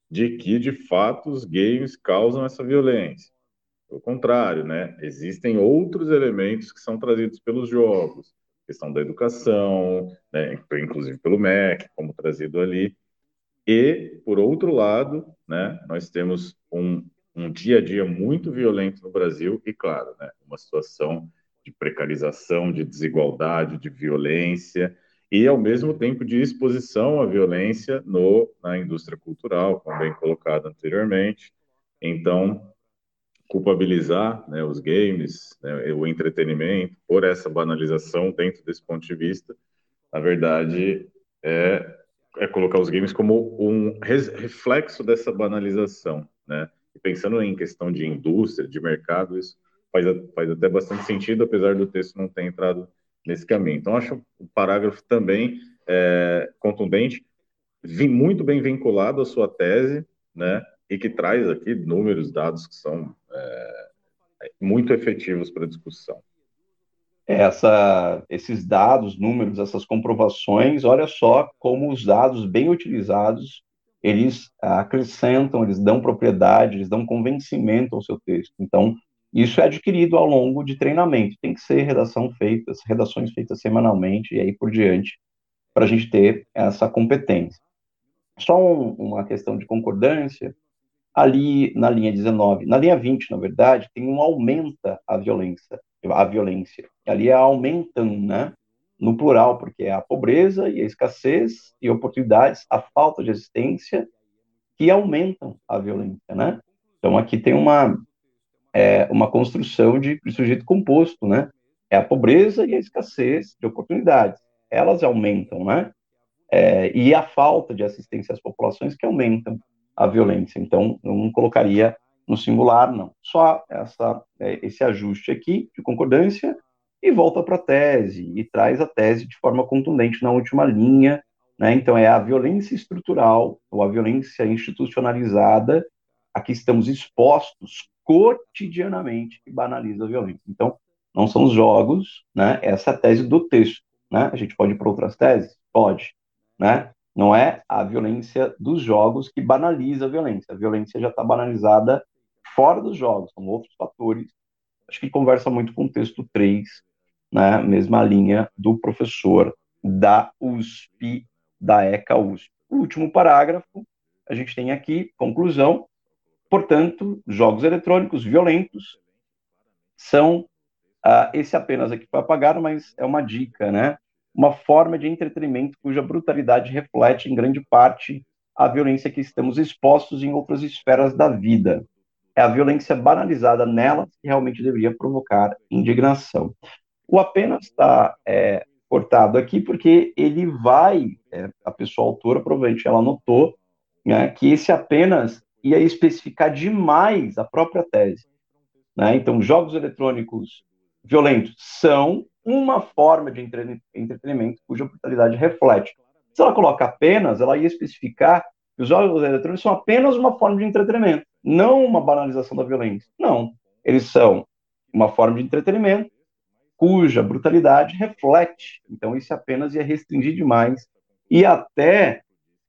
de que, de fato, os games causam essa violência. Pelo contrário, né? Existem outros elementos que são trazidos pelos jogos, questão da educação, né? Inclusive pelo MEC, como trazido ali. E, por outro lado, né, nós temos um dia a dia muito violento no Brasil e, claro, né, uma situação de precarização, de desigualdade, de violência e, ao mesmo tempo, de exposição à violência na indústria cultural, como bem colocado anteriormente. Então, culpabilizar, né, os games, né, o entretenimento, por essa banalização dentro desse ponto de vista, na verdade, é, é colocar os games como um reflexo dessa banalização, né? E pensando em questão de indústria, de mercado, isso faz até bastante sentido, apesar do texto não ter entrado nesse caminho. Então, acho o parágrafo também contundente, muito bem vinculado à sua tese, né? E que traz aqui números, dados que são muito efetivos para a discussão.
Esses dados, números, essas comprovações, olha só como os dados bem utilizados, eles acrescentam, eles dão propriedade, eles dão convencimento ao seu texto. Então, isso é adquirido ao longo de treinamento. Tem que ser redações feitas semanalmente e aí por diante, para a gente ter essa competência. Só uma questão de concordância, ali na linha 19, na linha 20, na verdade, tem um aumenta a violência. Ali é aumentam, né? No plural, porque é a pobreza e a escassez e oportunidades, a falta de assistência que aumentam a violência, né? Então aqui tem uma construção de sujeito composto, né? É a pobreza e a escassez de oportunidades. Elas aumentam, né? E a falta de assistência às populações que aumentam a violência. Então, eu não colocaria no singular, não. Só esse ajuste aqui de concordância e volta para a tese, e traz a tese de forma contundente na última linha, né? Então, é a violência estrutural ou a violência institucionalizada a que estamos expostos cotidianamente que banaliza a violência. Então, não são os jogos, né? Essa é a tese do texto, né? A gente pode ir para outras teses? Pode, né? Não é a violência dos jogos que banaliza a violência já está banalizada fora dos jogos, são outros fatores. Acho que conversa muito com o texto 3, né? Mesma linha do professor da USP, da ECA USP. O último parágrafo, a gente tem aqui, conclusão, portanto, jogos eletrônicos violentos são esse apenas aqui foi apagado, mas é uma dica, né? Uma forma de entretenimento cuja brutalidade reflete em grande parte a violência que estamos expostos em outras esferas da vida. É a violência banalizada nelas que realmente deveria provocar indignação. O apenas está cortado aqui porque ele vai, a pessoa autora provavelmente ela notou, né, que esse apenas ia especificar demais a própria tese, né? Então, jogos eletrônicos violentos são uma forma de entretenimento cuja brutalidade reflete. Se ela coloca apenas, ela ia especificar que os jogos eletrônicos são apenas uma forma de entretenimento, não uma banalização da violência. Não, eles são uma forma de entretenimento cuja brutalidade reflete. Então, isso apenas ia restringir demais e até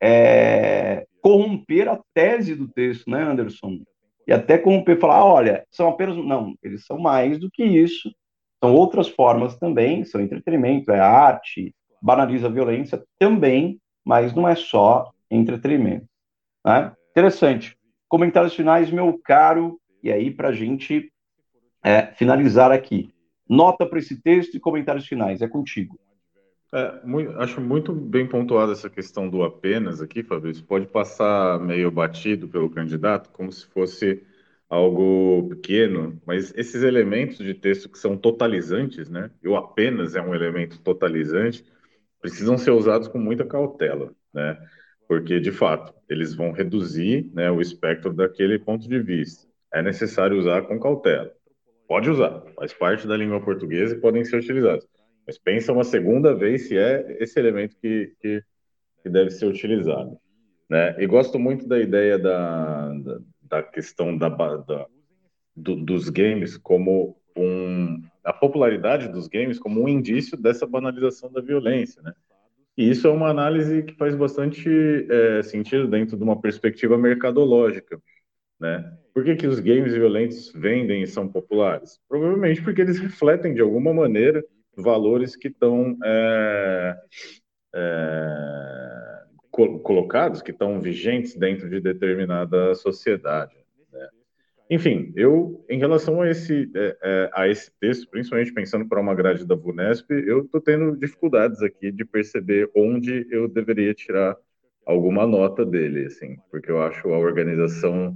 corromper a tese do texto, né, Anderson? E até corromper, falar, olha, são apenas. Não, eles são mais do que isso, são outras formas também, são entretenimento, é arte, banaliza a violência também, mas não é só entretenimento. Né? Interessante. Comentários finais, meu caro, e aí para a gente finalizar aqui. Nota para esse texto e comentários finais, é contigo.
Acho muito bem pontuada essa questão do apenas aqui, Fabrício. Pode passar meio batido pelo candidato, como se fosse algo pequeno, mas esses elementos de texto que são totalizantes, né? E o apenas é um elemento totalizante, precisam ser usados com muita cautela, né? Porque, de fato, eles vão reduzir, né, o espectro daquele ponto de vista. É necessário usar com cautela. Pode usar, faz parte da língua portuguesa e podem ser utilizados. Mas pensa uma segunda vez se é esse elemento que deve ser utilizado, né? E gosto muito da ideia da questão dos games como a popularidade dos games como um indício dessa banalização da violência, né? E isso é uma análise que faz bastante sentido dentro de uma perspectiva mercadológica, né? Por que que os games violentos vendem e são populares? Provavelmente porque eles refletem, de alguma maneira, valores que estão colocados, que estão vigentes dentro de determinada sociedade. Enfim, eu, em relação a esse texto, principalmente pensando para uma grade da VUNESP, eu estou tendo dificuldades aqui de perceber onde eu deveria tirar alguma nota dele, assim, porque eu acho a organização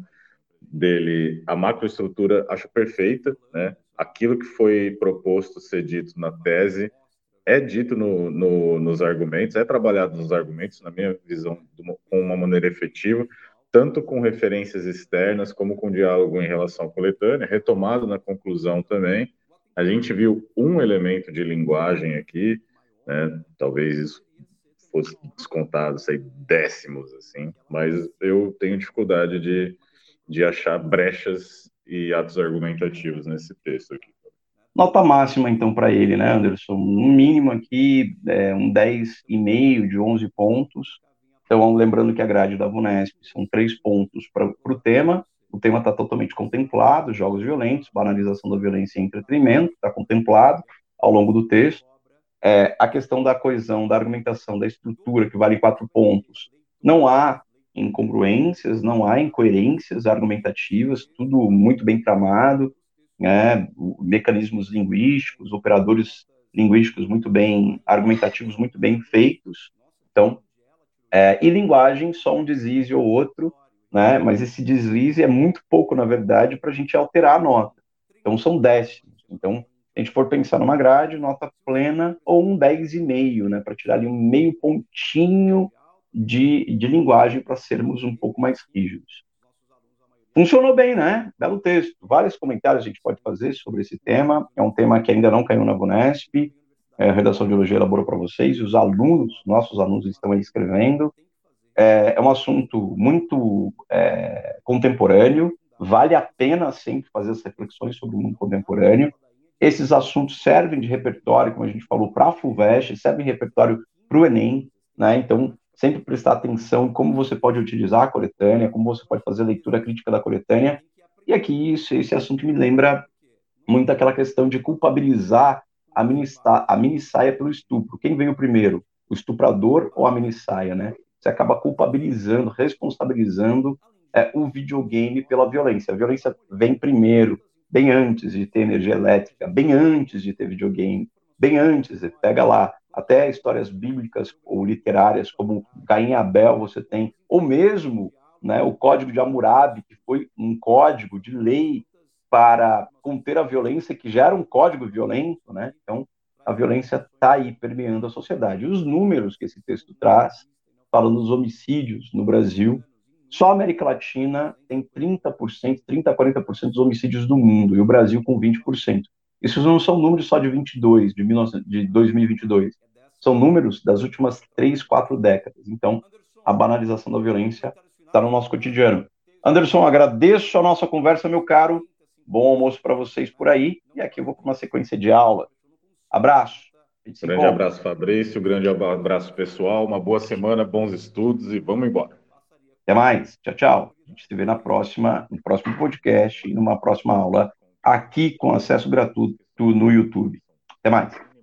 dele, a macroestrutura, acho perfeita, né? Aquilo que foi proposto ser dito na tese é dito nos argumentos, é trabalhado nos argumentos, na minha visão, com uma maneira efetiva, tanto com referências externas, como com diálogo em relação à coletânea, retomado na conclusão também. A gente viu um elemento de linguagem aqui, né? Talvez isso fosse descontado, sei, décimos, assim, mas eu tenho dificuldade de achar brechas e atos argumentativos nesse texto aqui.
Nota máxima, então, para ele, né, Anderson? Um mínimo aqui, um 10,5 de 11 pontos. Então, lembrando que a grade da VUNESP são 3 pontos para o tema. O tema está totalmente contemplado, jogos violentos, banalização da violência e entretenimento, está contemplado ao longo do texto. A questão da coesão, da argumentação, da estrutura, que vale 4 pontos. Não há incongruências, não há incoerências argumentativas, tudo muito bem tramado, né? Mecanismos linguísticos, operadores linguísticos muito bem, argumentativos muito bem feitos. Então, e linguagem, só um deslize ou outro, né? Mas esse deslize é muito pouco, na verdade, para a gente alterar a nota. Então, são décimos. Então, se a gente for pensar numa grade, nota plena ou um 10,5, né? Para tirar ali um meio pontinho de linguagem para sermos um pouco mais rígidos. Funcionou bem, né? Belo texto. Vários comentários a gente pode fazer sobre esse tema. É um tema que ainda não caiu na VUNESP. A redação de biologia elaborou para vocês. Os alunos, nossos alunos, estão aí escrevendo. É um assunto muito contemporâneo. Vale a pena sempre fazer as reflexões sobre o mundo contemporâneo. Esses assuntos servem de repertório, como a gente falou, para a FUVEST, servem de repertório para o Enem, né? Então, sempre prestar atenção em como você pode utilizar a coletânea, como você pode fazer a leitura crítica da coletânea. E aqui, esse assunto me lembra muito aquela questão de culpabilizar a mini saia pelo estupro. Quem veio primeiro, o estuprador ou a mini saia, né? Você acaba culpabilizando, responsabilizando o videogame pela violência. A violência vem primeiro, bem antes de ter energia elétrica, bem antes de ter videogame, bem antes, pega lá, até histórias bíblicas ou literárias, como Caim e Abel, você tem, ou mesmo, né, o Código de Hammurabi, que foi um código de lei para conter a violência, que já era um código violento, né? Então, a violência está aí permeando a sociedade. Os números que esse texto traz, falando dos homicídios no Brasil, só a América Latina tem 30%, 30% a 40% dos homicídios do mundo, e o Brasil com 20%. Isso não são números só de 22, de 2022, são números das últimas 3, 4 décadas. Então, a banalização da violência está no nosso cotidiano. Anderson, agradeço a nossa conversa, meu caro. Bom almoço para vocês por aí. E aqui eu vou para uma sequência de aula. Abraço. A gente se
Grande
encontra.
abraço, Fabrício. Grande abraço, pessoal. Uma boa semana, bons estudos e vamos embora.
Até mais. Tchau, tchau. A gente se vê no próximo podcast e numa próxima aula aqui com acesso gratuito no YouTube. Até mais.